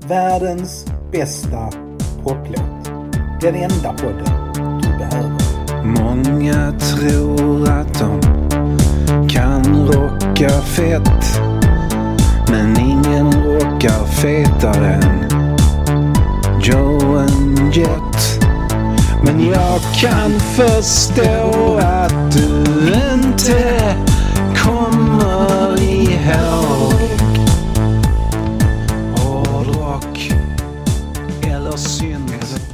Världens bästa poplåt. Den enda podden du behöver. Många tror att de kan rocka fett, men ingen rockar fetare än Joe & Jet. Men jag kan förstå att du inte kommer ihåg hårdrock eller synt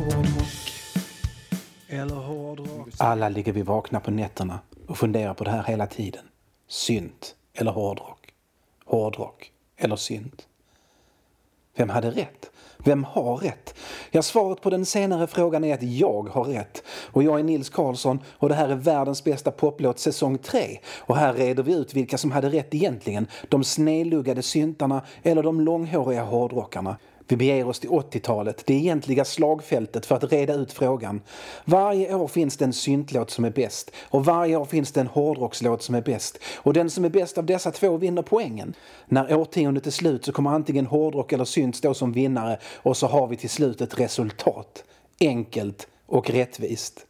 eller hårdrock. Alla ligger vi vakna på nätterna och funderar på det här hela tiden. Synt eller hårdrock? Hårdrock eller synt? Vem hade rätt? Vem har rätt? Ja, svaret på den senare frågan är att jag har rätt. Och jag är Nils Karlsson och det här är världens bästa poplåt säsong 3. Och här reder vi ut vilka som hade rätt egentligen. De snedluggade syntarna eller de långhåriga hårdrockarna. Vi beger oss till 80-talet, det egentliga slagfältet för att reda ut frågan. Varje år finns det en syntlåt som är bäst och varje år finns det en hårdrockslåt som är bäst. Och den som är bäst av dessa två vinner poängen. När årtiondet är slut så kommer antingen hårdrock eller synt stå som vinnare och så har vi till slut ett resultat. Enkelt och rättvist.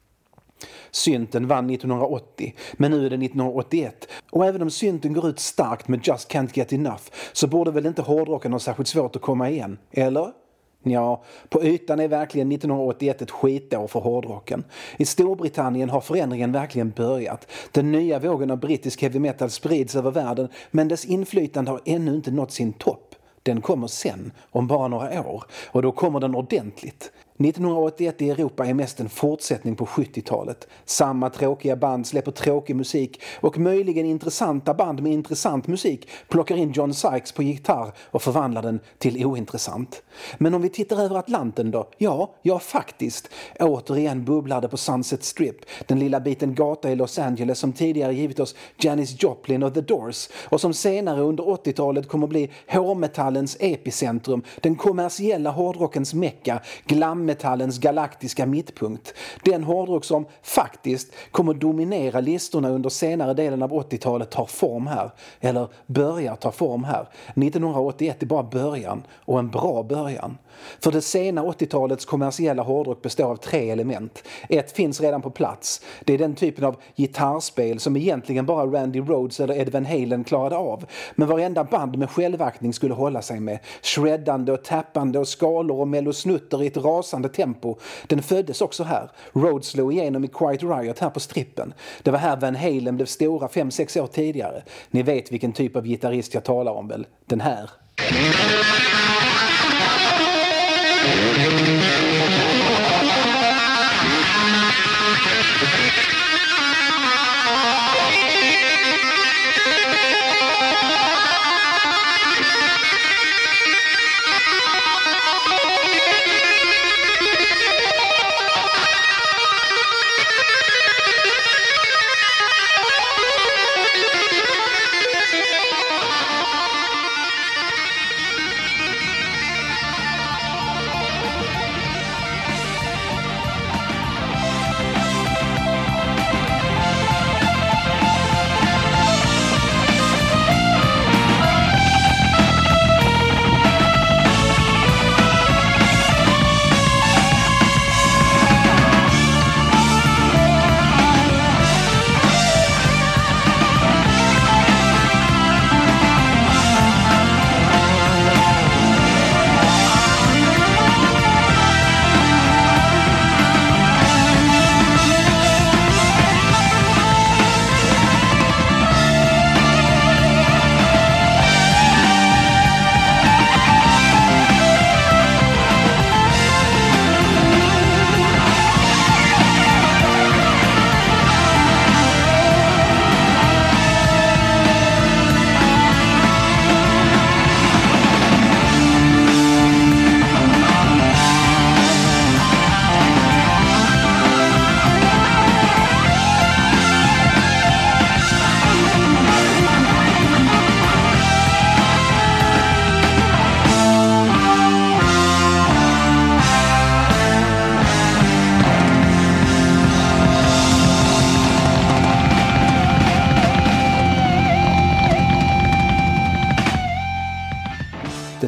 Synten vann 1980, men nu är det 1981. Och även om synten går ut starkt med Just Can't Get Enough så borde väl inte hårdrocken ha särskilt svårt att komma igen, eller? Ja, på ytan är verkligen 1981 ett skitår för hårdrocken. I Storbritannien har förändringen verkligen börjat. Den nya vågen av brittisk heavy metal sprids över världen, men dess inflytande har ännu inte nått sin topp. Den kommer sen, om bara några år, och då kommer den ordentligt. 1981 i Europa är mest en fortsättning på 70-talet. Samma tråkiga band släpper tråkig musik och möjligen intressanta band med intressant musik plockar in John Sykes på gitarr och förvandlar den till ointressant. Men om vi tittar över Atlanten då? Ja faktiskt. Återigen bubblar det på Sunset Strip, den lilla biten gata i Los Angeles som tidigare givit oss Janis Joplin och The Doors och som senare under 80-talet kommer bli hårmetallens epicentrum, den kommersiella hårdrockens mecka, glammetallens galaktiska mittpunkt. Den hårdrock som faktiskt kommer dominera listorna under senare delen av 80-talet tar form här. Eller börjar ta form här. 1981 är bara början, och en bra början. För det sena 80-talets kommersiella hårdrock består av 3 element. Ett finns redan på plats. Det är den typen av gitarrspel som egentligen bara Randy Rhoads eller Ed Van Halen klarade av. Men varenda band med självaktning skulle hålla sig med. Shreddande och tappande och skalor och mellosnutter i ett rasande tempo. Den föddes också här. Rhoads slog igenom i Quiet Riot här på strippen. Det var här Van Halen blev stora 5-6 år tidigare. Ni vet vilken typ av gitarrist jag talar om väl? Den här.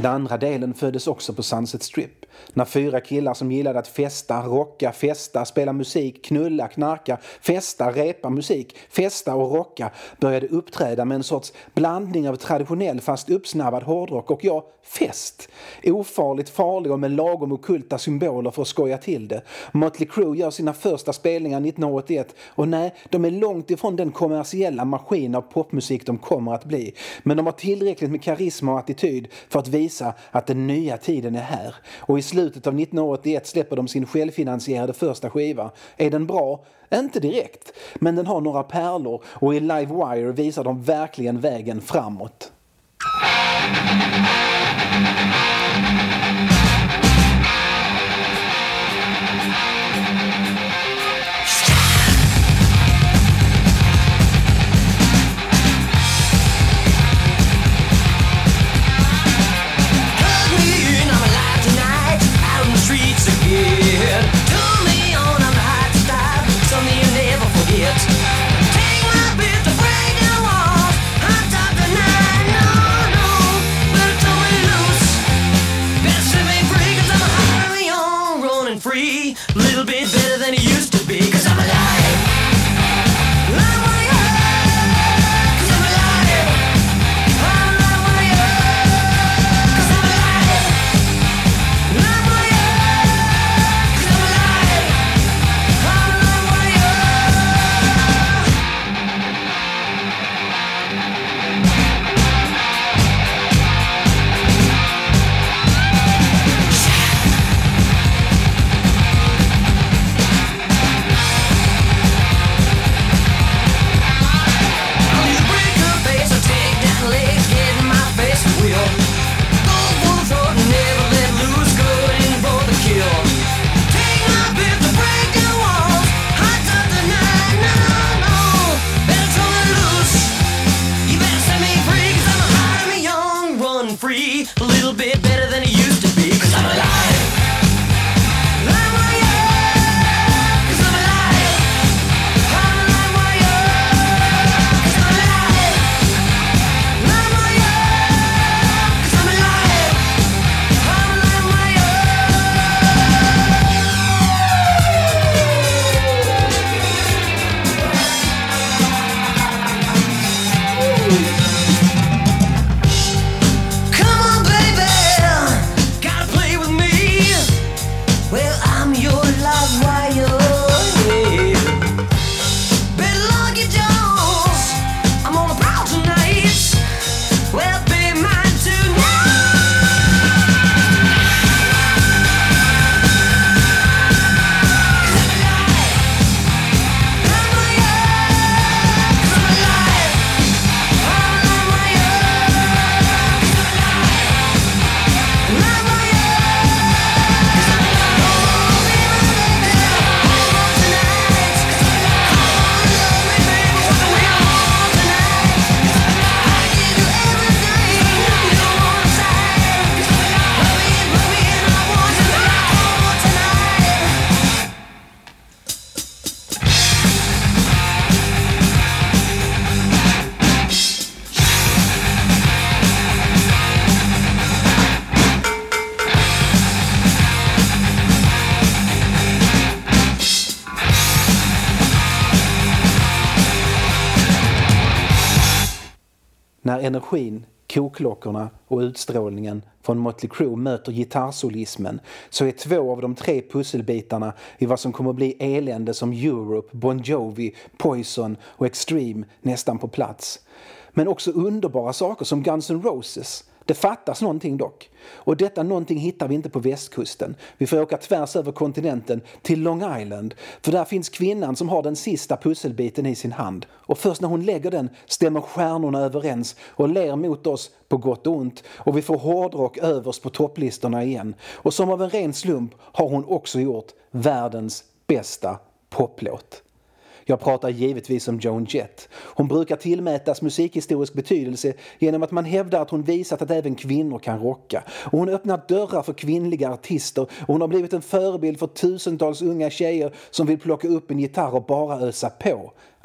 Den andra delen föddes också på Sunset Strip. När 4 killar som gillade att festa, rocka, festa, spela musik, knulla, knarka, festa, repa musik, festa och rocka började uppträda med en sorts blandning av traditionell fast uppsnabbad hårdrock och fest. Ofarligt, farlig och med lagom ockulta symboler för att skoja till det. Mötley Crüe gör sina första spelningar 1981 och nej, de är långt ifrån den kommersiella maskin av popmusik de kommer att bli. Men de har tillräckligt med karisma och attityd för att visa att den nya tiden är här. Och i slutet av 1981 släpper de sin självfinansierade första skiva. Är den bra? Inte direkt, men den har några pärlor och i Live Wire visar de verkligen vägen framåt. När energin, koklockorna och utstrålningen från Mötley Crüe möter gitarrsolismen så är 2 av de 3 pusselbitarna i vad som kommer att bli elände som Europe, Bon Jovi, Poison och Extreme nästan på plats. Men också underbara saker som Guns N' Roses. Det fattas någonting dock. Och detta någonting hittar vi inte på västkusten. Vi får åka tvärs över kontinenten till Long Island. För där finns kvinnan som har den sista pusselbiten i sin hand. Och först när hon lägger den stämmer stjärnorna överens och ler mot oss på gott och ont. Och vi får hårdrock överst på topplistorna igen. Och som av en ren slump har hon också gjort världens bästa poplåt. Jag pratar givetvis om Joan Jett. Hon brukar tillmätas musikhistorisk betydelse genom att man hävdar att hon visat att även kvinnor kan rocka. Och hon öppnar dörrar för kvinnliga artister och hon har blivit en förebild för tusentals unga tjejer som vill plocka upp en gitarr och bara ösa på.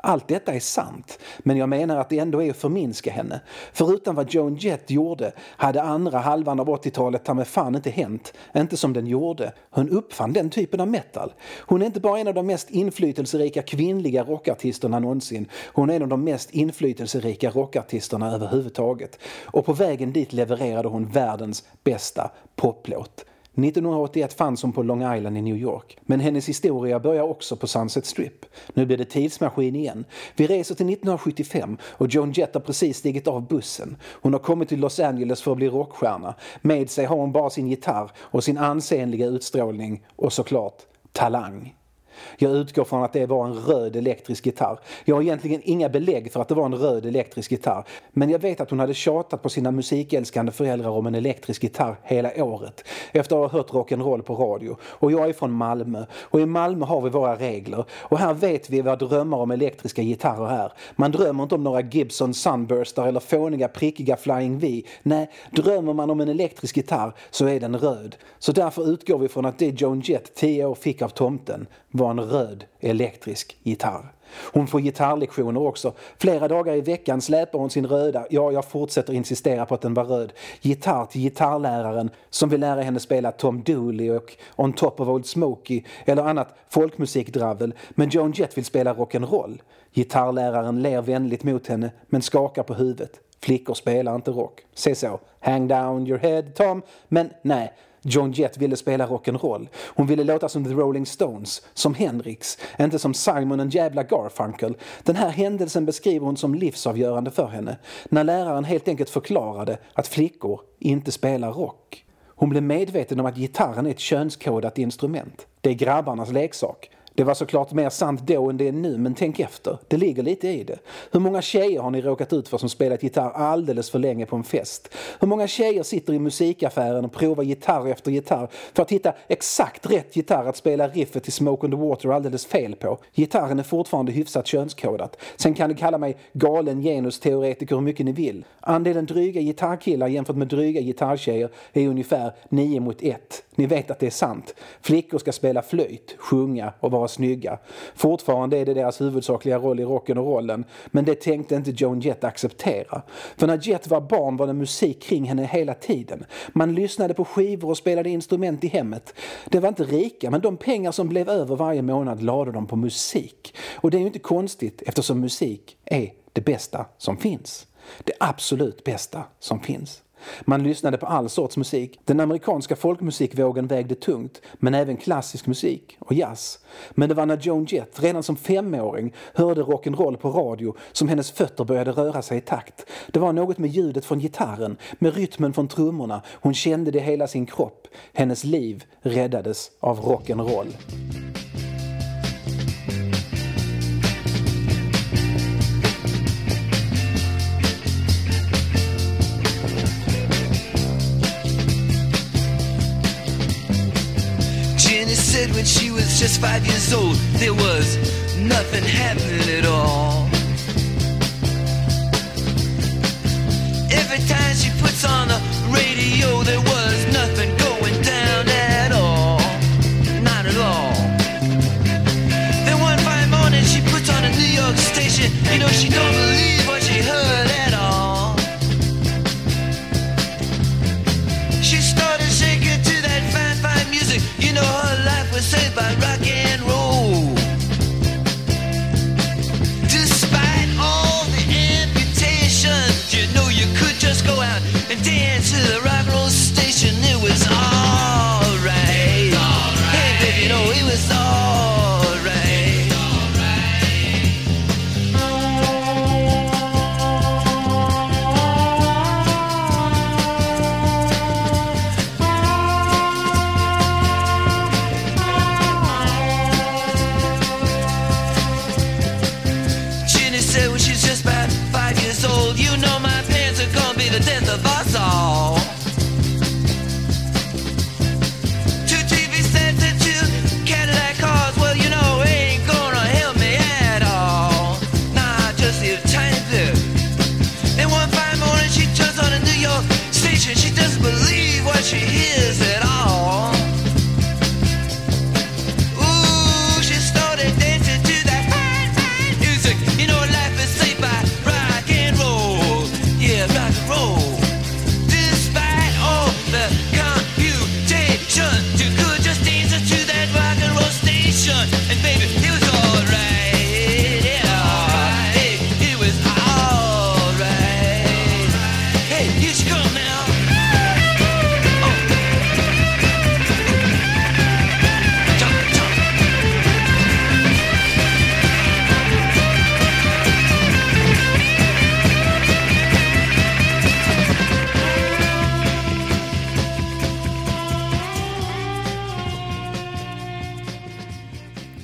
Allt detta är sant, men jag menar att det ändå är att förminska henne. Förutom vad Joan Jett gjorde hade andra halvan av 80-talet ta med fan inte hänt, inte som den gjorde. Hon uppfann den typen av metal. Hon är inte bara en av de mest inflytelserika kvinnliga rockartisterna någonsin, hon är en av de mest inflytelserika rockartisterna överhuvudtaget. Och på vägen dit levererade hon världens bästa poplåt. 1981 fanns hon på Long Island i New York. Men hennes historia börjar också på Sunset Strip. Nu blir det tidsmaskin igen. Vi reser till 1975 och Joan Jett har precis stigit av bussen. Hon har kommit till Los Angeles för att bli rockstjärna. Med sig har hon bara sin gitarr och sin ansenliga utstrålning och såklart talang. Jag utgår från att det var en röd elektrisk gitarr. Jag har egentligen inga belägg för att det var en röd elektrisk gitarr. Men jag vet att hon hade tjatat på sina musikälskande föräldrar om en elektrisk gitarr hela året. Efter att ha hört rock'n'roll på radio. Och jag är från Malmö. Och i Malmö har vi våra regler. Och här vet vi vad drömmar om elektriska gitarrer är. Man drömmer inte om några Gibson Sunburstar eller fåniga prickiga Flying V. Nej, drömmer man om en elektrisk gitarr så är den röd. Så därför utgår vi från att det Joan Jett 10 år fick av tomten var en röd elektrisk gitarr. Hon får gitarrlektioner också. Flera dagar i veckan släpar hon sin röda, jag fortsätter insistera på att den var röd, gitarr till gitarrläraren som vill lära henne spela Tom Dooley och On Top of Old Smokey eller annat folkmusikdravel. Men Joan Jett vill spela rock'n'roll. Gitarrläraren ler vänligt mot henne men skakar på huvudet. Flickor spelar inte rock. Se så, hang down your head Tom. Men nej, Joan Jett ville spela rock'n'roll. Hon ville låta som The Rolling Stones, som Hendrix, inte som Simon and jävla Garfunkel. Den här händelsen beskriver hon som livsavgörande för henne, när läraren helt enkelt förklarade att flickor inte spelar rock. Hon blev medveten om att gitarren är ett könskodat instrument. Det är grabbarnas leksak. Det var såklart mer sant då än det är nu, men tänk efter. Det ligger lite i det. Hur många tjejer har ni råkat ut för som spelat gitarr alldeles för länge på en fest? Hur många tjejer sitter i musikaffären och provar gitarr efter gitarr för att hitta exakt rätt gitarr att spela riffet till Smoke on the Water alldeles fel på? Gitarren är fortfarande hyfsat könskodat. Sen kan ni kalla mig galen genusteoretiker hur mycket ni vill. Andelen dryga gitarrkillar jämfört med dryga gitarrtjejer är ungefär 9-1. Ni vet att det är sant. Flickor ska spela flöjt, sjunga och vara snygga. Fortfarande är det deras huvudsakliga roll i rocken och rollen, men det tänkte inte Joan Jett acceptera. För när Jett var barn var det musik kring henne hela tiden. Man lyssnade på skivor och spelade instrument i hemmet. Det var inte rika, men de pengar som blev över varje månad lade de på musik. Och det är ju inte konstigt eftersom musik är det bästa som finns. Det absolut bästa som finns. Man lyssnade på all sorts musik. Den amerikanska folkmusikvågen vägde tungt, men även klassisk musik och jazz. Men det var när Joan Jett redan som 5-åring hörde rock'n'roll på radio som hennes fötter började röra sig i takt. Det var något med ljudet från gitarren, med rytmen från trummorna. Hon kände det i hela sin kropp. Hennes liv räddades av rock'n'roll. Said when she was just 5 years old, there was nothing happening at all. Every time she puts on the radio, there was nothing going down at all. Not at all. Then one fine morning she puts on a New York station. You know, she don't believe what she heard at all. She started shaking to that fine, fine music. You know, her life was saved by rock and roll. Despite all the amputations, you know you could just go out and dance to the rock and roll station.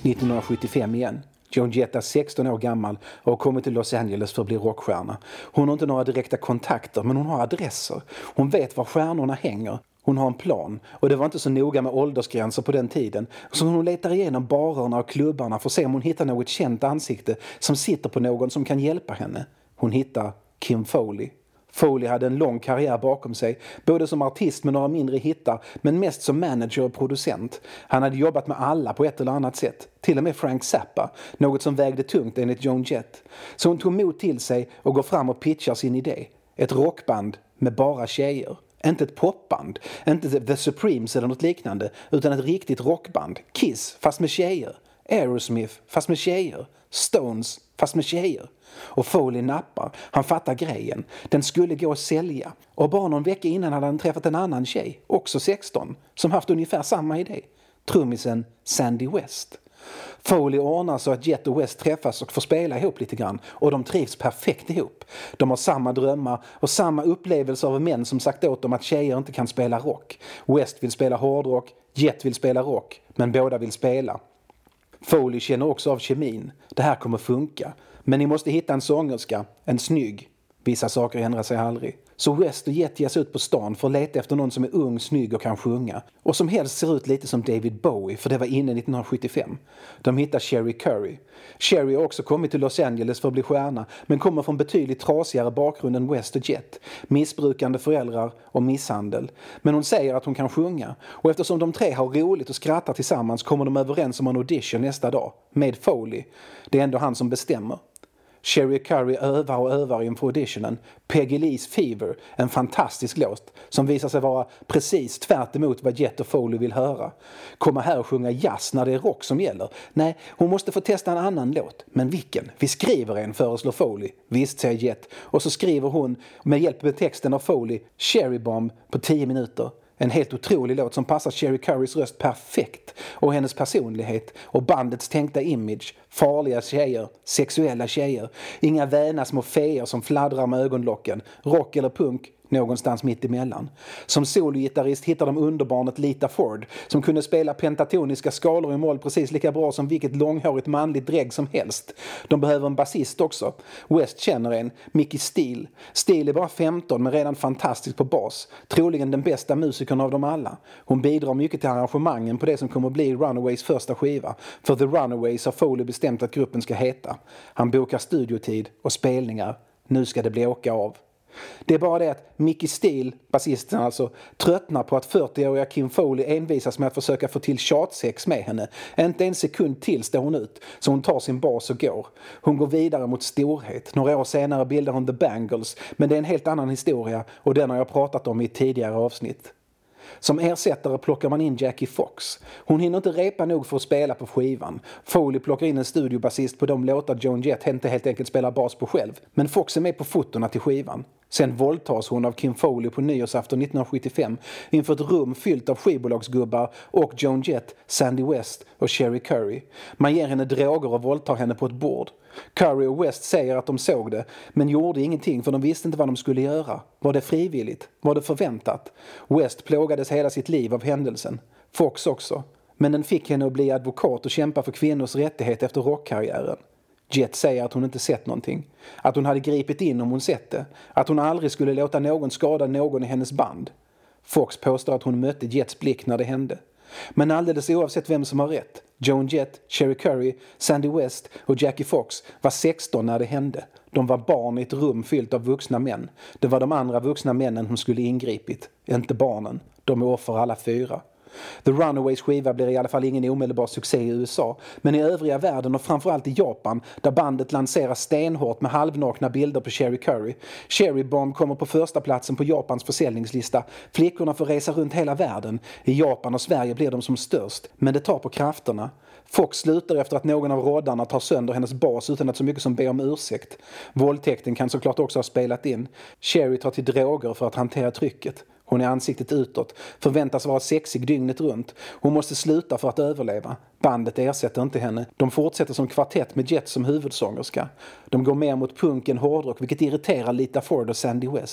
1975 igen. Joan Jett är 16 år gammal och har kommit till Los Angeles för att bli rockstjärna. Hon har inte några direkta kontakter, men hon har adresser. Hon vet var stjärnorna hänger. Hon har en plan, och det var inte så noga med åldersgränser på den tiden. Så hon letar igenom barerna och klubbarna för att se om hon hittar något känt ansikte som sitter på någon som kan hjälpa henne. Hon hittar Kim Fowley. Fowley hade en lång karriär bakom sig, både som artist med några mindre hittar, men mest som manager och producent. Han hade jobbat med alla på ett eller annat sätt, till och med Frank Zappa, något som vägde tungt enligt Joan Jett. Så hon tog mod till sig och går fram och pitchar sin idé. Ett rockband med bara tjejer. Inte ett popband, inte The Supremes eller något liknande, utan ett riktigt rockband. Kiss, fast med tjejer. Aerosmith, fast med tjejer. Stones, fast med tjejer. Och Fowley nappar. Han fattar grejen. Den skulle gå att sälja. Och bara någon vecka innan hade han träffat en annan tjej, också 16, som haft ungefär samma idé. Trummisen Sandy West. Fowley ordnar så att Jett och West träffas och får spela ihop lite grann, och de trivs perfekt ihop. De har samma drömmar och samma upplevelser av män som sagt åt dem att tjejer inte kan spela rock. West vill spela hårdrock, Jett vill spela rock, men båda vill spela. Fowley känner också av kemin. Det här kommer funka. Men ni måste hitta en sångerska, en snygg. Vissa saker ändrar sig aldrig. Så West och Jett ger sig ut på stan för att leta efter någon som är ung, snygg och kan sjunga. Och som helst ser ut lite som David Bowie, för det var inne 1975. De hittar Cherie Curry. Cherie har också kommit till Los Angeles för att bli stjärna, men kommer från betydligt trasigare bakgrund än West och Jett. Missbrukande föräldrar och misshandel. Men hon säger att hon kan sjunga. Och eftersom de tre har roligt och skrattar tillsammans kommer de överens om en audition nästa dag. Med Fowley. Det är ändå han som bestämmer. Cherie Curry övar och övar inför auditionen. Peggy Lee's Fever, en fantastisk låt som visar sig vara precis tvärt emot vad Jett och Fowley vill höra. Komma här och sjunga jazz när det är rock som gäller. Nej, hon måste få testa en annan låt. Men vilken? Vi skriver en, föreslår Fowley. Visst, säger Jett. Och så skriver hon med hjälp av texten av Fowley Cherry Bomb på 10 minuter. En helt otrolig låt som passar Cherie Currys röst perfekt, och hennes personlighet och bandets tänkta image. Farliga tjejer, sexuella tjejer. Inga väna små feer som fladdrar med ögonlocken. Rock eller punk, någonstans mitt emellan. Som sologitarrist hittar de underbarnet Lita Ford, som kunde spela pentatoniska skalor i moll precis lika bra som vilket långhårigt manligt drägg som helst. De behöver en basist också. West känner en, Mickey Steele. Steele är bara 15 men redan fantastisk på bas. Troligen den bästa musikern av dem alla. Hon bidrar mycket till arrangemangen på det som kommer att bli Runaways första skiva. För The Runaways har Fowley bestämt att gruppen ska heta. Han bokar studiotid och spelningar. Nu ska det bli åka av. Det är bara det att Mickey Steele, basisten alltså, tröttnar på att 40-åriga Kim Fowley envisas med att försöka få till tjatsex med henne. Inte en sekund till står hon ut, så hon tar sin bas och går. Hon går vidare mot storhet. Några år senare bildar hon The Bangles, men det är en helt annan historia, och den har jag pratat om i ett tidigare avsnitt. Som ersättare plockar man in Jackie Fox. Hon hinner inte repa nog för att spela på skivan. Foley plockar in en studiobasist på de låtar Joan Jett inte helt enkelt spelar bas på själv. Men Fox är med på fotona till skivan. Sen våldtas hon av Kim Fowley på nyårsafton 1975 inför ett rum fyllt av skivbolagsgubbar och Joan Jett, Sandy West och Cherie Curry. Man ger henne droger och våldtar henne på ett bord. Curry och West säger att de såg det, men gjorde ingenting för de visste inte vad de skulle göra. Var det frivilligt? Var det förväntat? West plågades hela sitt liv av händelsen. Fox också. Men den fick henne att bli advokat och kämpa för kvinnors rättighet efter rockkarriären. Jett säger att hon inte sett någonting. Att hon hade gripit in om hon sett det. Att hon aldrig skulle låta någon skada någon i hennes band. Fox påstår att hon mötte Jetts blick när det hände. Men alldeles oavsett vem som har rätt, Joan Jett, Cherie Curry, Sandy West och Jackie Fox var 16 när det hände. De var barn i ett rum fyllt av vuxna män. Det var de andra vuxna männen hon skulle ingripit, inte barnen. De är offer alla 4. The Runaways skiva blir i alla fall ingen omedelbar succé i USA, men i övriga världen och framförallt i Japan, där bandet lanserar stenhårt med halvnakna bilder på Cherie Curry. Cherry Bomb kommer på första platsen på Japans försäljningslista. Flickorna får resa runt hela världen. I Japan och Sverige blir de som störst, men det tar på krafterna. Fox slutar efter att någon av roddarna tar sönder hennes bas utan att så mycket som be om ursäkt. Våldtäkten kan såklart också ha spelat in. Cherie tar till droger för att hantera trycket. Hon är ansiktet utåt, förväntas vara sexig dygnet runt. Hon måste sluta för att överleva. Bandet ersätter inte henne. De fortsätter som kvartett med Jett som huvudsångerska. De går mer mot punk än hårdrock, vilket irriterar Lita Ford och Sandy West.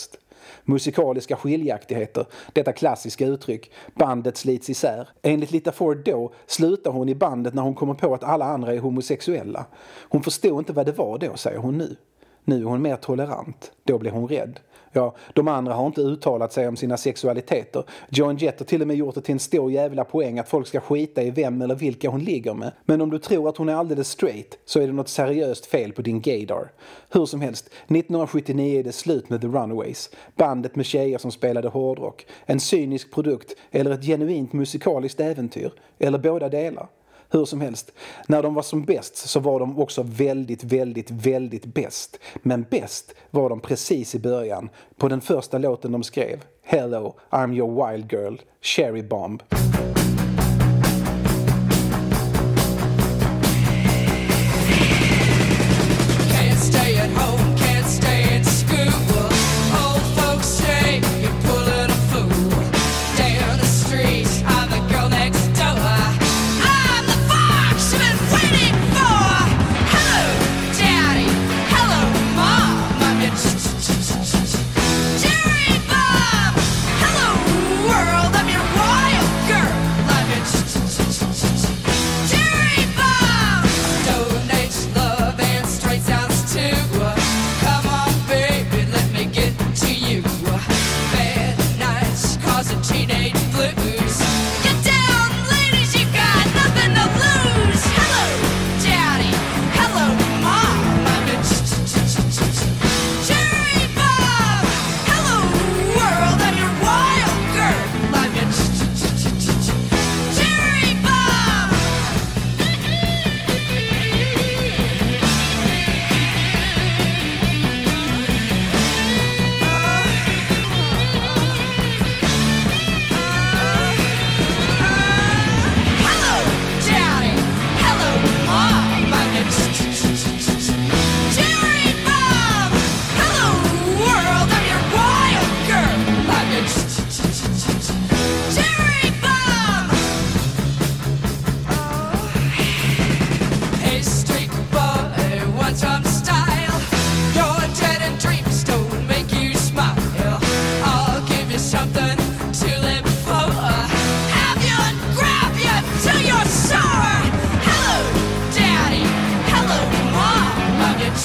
Musikaliska skiljaktigheter, detta klassiska uttryck, bandet slits isär. Enligt Lita Ford då slutar hon i bandet när hon kommer på att alla andra är homosexuella. Hon förstod inte vad det var då, säger hon nu. Nu är hon mer tolerant. Då blir hon rädd. Ja, de andra har inte uttalat sig om sina sexualiteter. Joan Jett har till och med gjort det till en stor jävla poäng att folk ska skita i vem eller vilka hon ligger med. Men om du tror att hon är alldeles straight så är det något seriöst fel på din gaydar. Hur som helst, 1979 är det slut med The Runaways. Bandet med tjejer som spelade hårdrock. En cynisk produkt eller ett genuint musikaliskt äventyr. Eller båda delar. Hur som helst, när de var som bäst så var de också väldigt bäst. Men bäst var de precis i början, på den första låten de skrev. Hello, I'm your wild girl, Cherry Bomb. Can't stay at home, can't stay at school. Old folks say you're pulling a fool. Down the street, I'm the girl next door. I'm the fox you've been waiting for. Hello, Daddy. Hello, Mom. I'm your Cherry Bomb. Hello, world. I'm your wild girl. I'm your Cherry Bomb. Stone Age love and straight sounds too. Come on, baby, let me get to you. Bad nights causing teenage blues. Get down, ladies, you got nothing to lose. Hello, Daddy. Hello, Mom. I'm your Cherry Bomb. Hello, world. I'm your wild girl. I'm your Cherry Bomb. Hello, Daddy. Hello, Mom. I'm your Cherry Bomb. Hello, world. I'm your wild girl. I'm your Cherry Bomb. Hey, street boy, what's up, style? Your dead and dreams don't make you smile. I'll give you something to live for. Have you and grab you till you're sore. Hello, Daddy. Hello, Mom. I'm your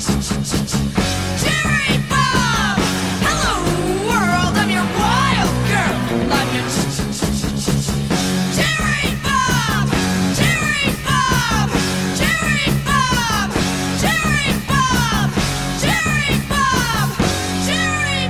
Cherry Bomb. Hello, world. I'm your wild girl. I'm your Cherry Bomb. Cherry Bomb. Cherry Bomb. Cherry Bomb. Cherry Bomb. Cherry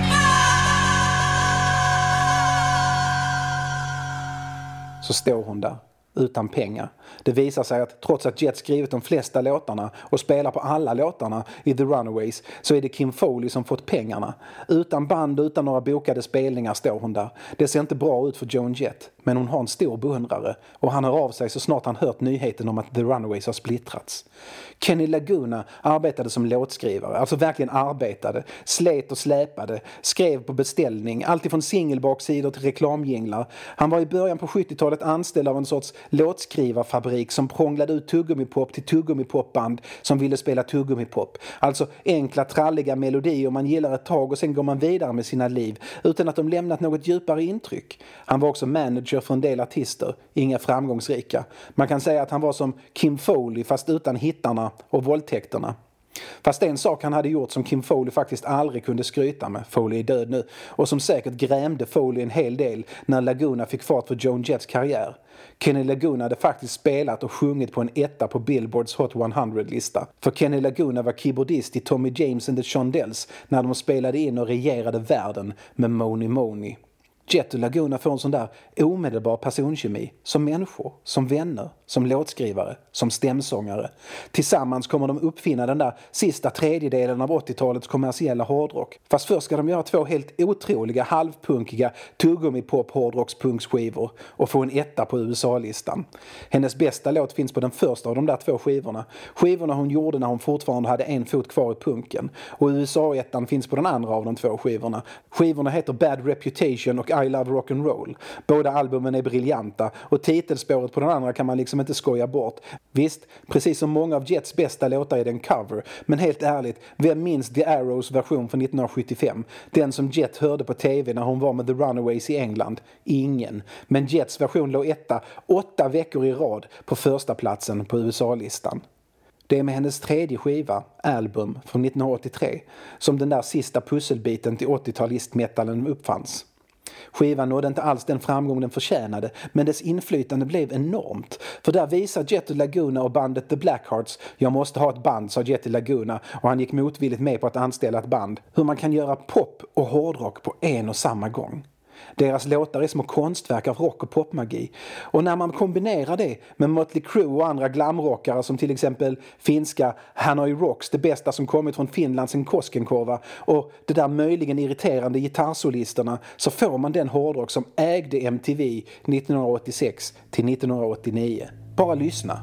Bomb. Så står hon där, utan pengar. Det visar sig att trots att Jett skrivit de flesta låtarna och spelar på alla låtarna i The Runaways så är det Kim Foley som fått pengarna. Utan band och utan några bokade spelningar står hon där. Det ser inte bra ut för Joan Jett, men hon har en stor beundrare och han hör av sig så snart han hört nyheten om att The Runaways har splittrats. Kenny Laguna arbetade som låtskrivare, alltså verkligen arbetade, slet och släpade, skrev på beställning, alltifrån singelbaksidor till reklamjinglar. Han var i början på 70-talet anställd av en sorts låtskrivarfabrik som prånglade ut tuggummipop till tuggummipopband som ville spela tuggummipop. Alltså enkla, tralliga melodier man gillar ett tag och sen går man vidare med sina liv utan att de lämnat något djupare intryck. Han var också manager för en del artister, inga framgångsrika. Man kan säga att han var som Kim Foley fast utan hittarna och våldtäkterna. Fast en sak han hade gjort som Kim Foley faktiskt aldrig kunde skryta med, Foley är död nu, och som säkert grämde Foley en hel del när Laguna fick fart för Joan Jetts karriär. Kenny Laguna hade faktiskt spelat och sjungit på en etta på Billboards Hot 100-lista. För Kenny Laguna var keyboardist i Tommy James and the Shondells när de spelade in och regerade världen med Money Money. Jett och Laguna får en sån där omedelbar personkemi som människor, som vänner, som låtskrivare, som stämsångare. Tillsammans kommer de uppfinna den där sista tredjedelen av 80-talets kommersiella hårdrock. Fast först ska de göra 2 helt otroliga halvpunkiga tuggummi-pop-hårdrockspunksskivor och få en etta på USA-listan. Hennes bästa låt finns på den första av de där 2 skivorna. Skivorna hon gjorde när hon fortfarande hade en fot kvar i punken. Och USA-ettan finns på den andra av de 2 skivorna. Skivorna heter Bad Reputation och I Love Rock'n'Roll. Båda albumen är briljanta och titelspåret på den andra kan man liksom inte skoja bort. Visst, precis som många av Jets bästa låtar är det en cover, men helt ärligt, vem minns The Arrows version från 1975? Den som Jet hörde på tv när hon var med The Runaways i England? Ingen. Men Jets version låg 8 veckor i rad på första platsen på USA-listan. Det är med hennes tredje skiva, Album, från 1983, som den där sista pusselbiten till 80-talistmetalen uppfanns. Skivan nådde inte alls den framgång den förtjänade, men dess inflytande blev enormt. För där visar Jet Laguna och bandet The Blackhearts, jag måste ha ett band, sa Jet Laguna, och han gick motvilligt med på att anställa ett band. Hur man kan göra pop och hårdrock på en och samma gång. Deras låtar är små konstverk av rock och popmagi. Och när man kombinerar det med Mötley Crüe och andra glamrockare som till exempel finska Hanoi Rocks, det bästa som kommit från Finland sen Koskenkorva, och det där möjligen irriterande gitarrsolisterna, så får man den hårdrock som ägde MTV 1986 till 1989. Bara lyssna.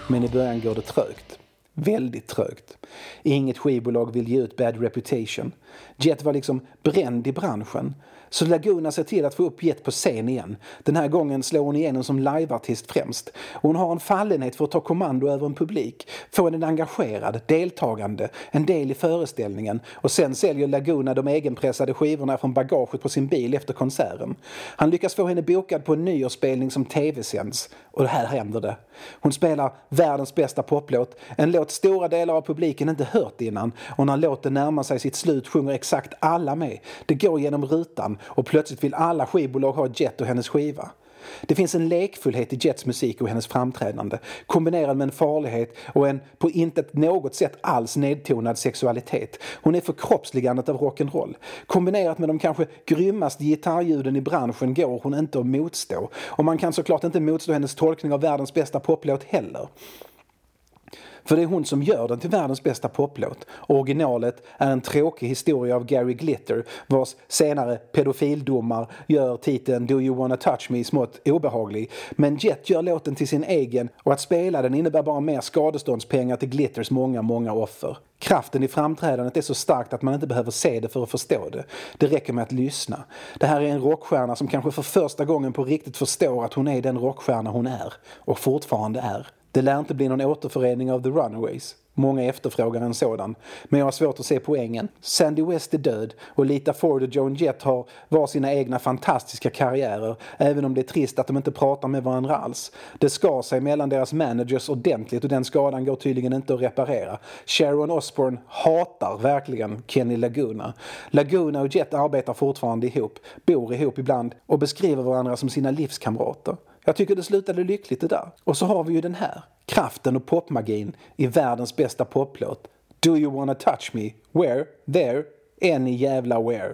Men i början går det trögt. Väldigt trögt. Inget skivbolag vill ge ut Bad Reputation. Jet var liksom bränd i branschen. Så Laguna ser till att få upp Jet på scen igen. Den här gången slår hon igenom som liveartist främst. Hon har en fallenhet för att ta kommando över en publik. Få den engagerad, deltagande, en del i föreställningen. Och sen säljer Laguna de egenpressade skivorna från bagaget på sin bil efter konserten. Han lyckas få henne bokad på en nyårsspelning som tv-sänds. Och här händer det. Hon spelar världens bästa poplåt. En låt stora delar av publiken inte hört innan. Och när låten närmar sig sitt slut sjunger exakt alla med. Det går genom rutan. Och plötsligt vill alla skivbolag ha Jet och hennes skiva. Det finns en lekfullhet i Jets musik och hennes framträdande, kombinerad med en farlighet och en på intet något sätt alls nedtonad sexualitet. Hon är förkroppsligandet av rock'n'roll. Kombinerat med de kanske grymmaste gitarrljuden i branschen går hon inte att motstå. Och man kan såklart inte motstå hennes tolkning av världens bästa poplåt heller. För det är hon som gör den till världens bästa poplåt. Originalet är en tråkig historia av Gary Glitter, vars senare pedofildomar gör titeln Do You Wanna Touch Me smått obehaglig. Men Jet gör låten till sin egen, och att spela den innebär bara mer skadeståndspengar till Glitters många offer. Kraften i framträdandet är så starkt att man inte behöver se det för att förstå det. Det räcker med att lyssna. Det här är en rockstjärna som kanske för första gången på riktigt förstår att hon är den rockstjärna hon är, och fortfarande är. Det lär inte bli någon återförening av The Runaways. Många efterfrågar en sådan. Men jag har svårt att se poängen. Sandy West är död och Lita Ford och Joan Jett har var sina egna fantastiska karriärer. Även om det är trist att de inte pratar med varandra alls. Det skar sig mellan deras managers ordentligt och den skadan går tydligen inte att reparera. Sharon Osbourne hatar verkligen Kenny Laguna. Laguna och Jett arbetar fortfarande ihop, bor ihop ibland och beskriver varandra som sina livskamrater. Jag tycker det slutade lyckligt det där. Och så har vi ju den här. Kraften och popmagin i världens bästa poplåt. Do you wanna touch me? Where? There? Any jävla where?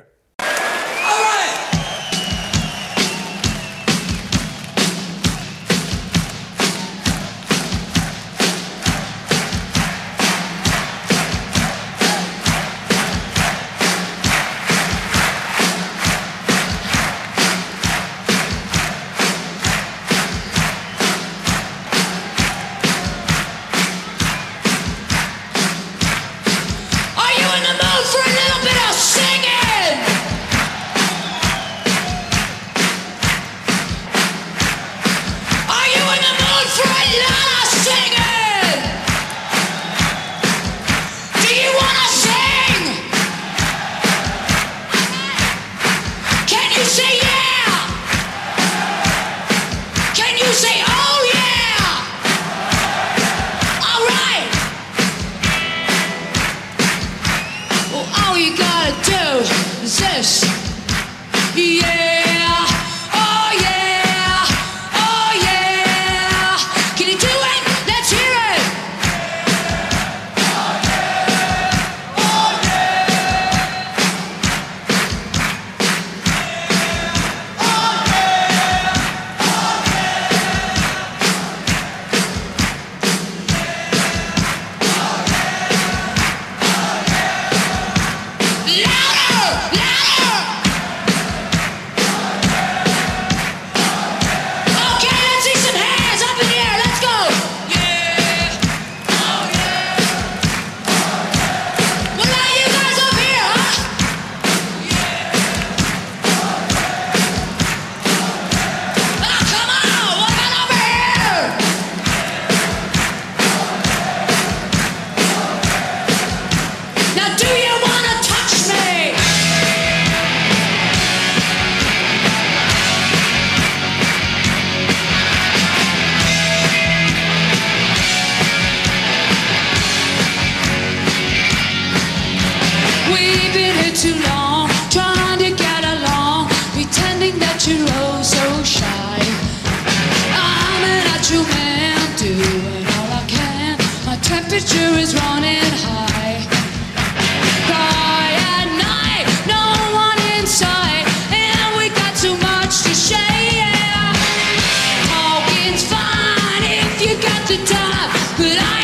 But I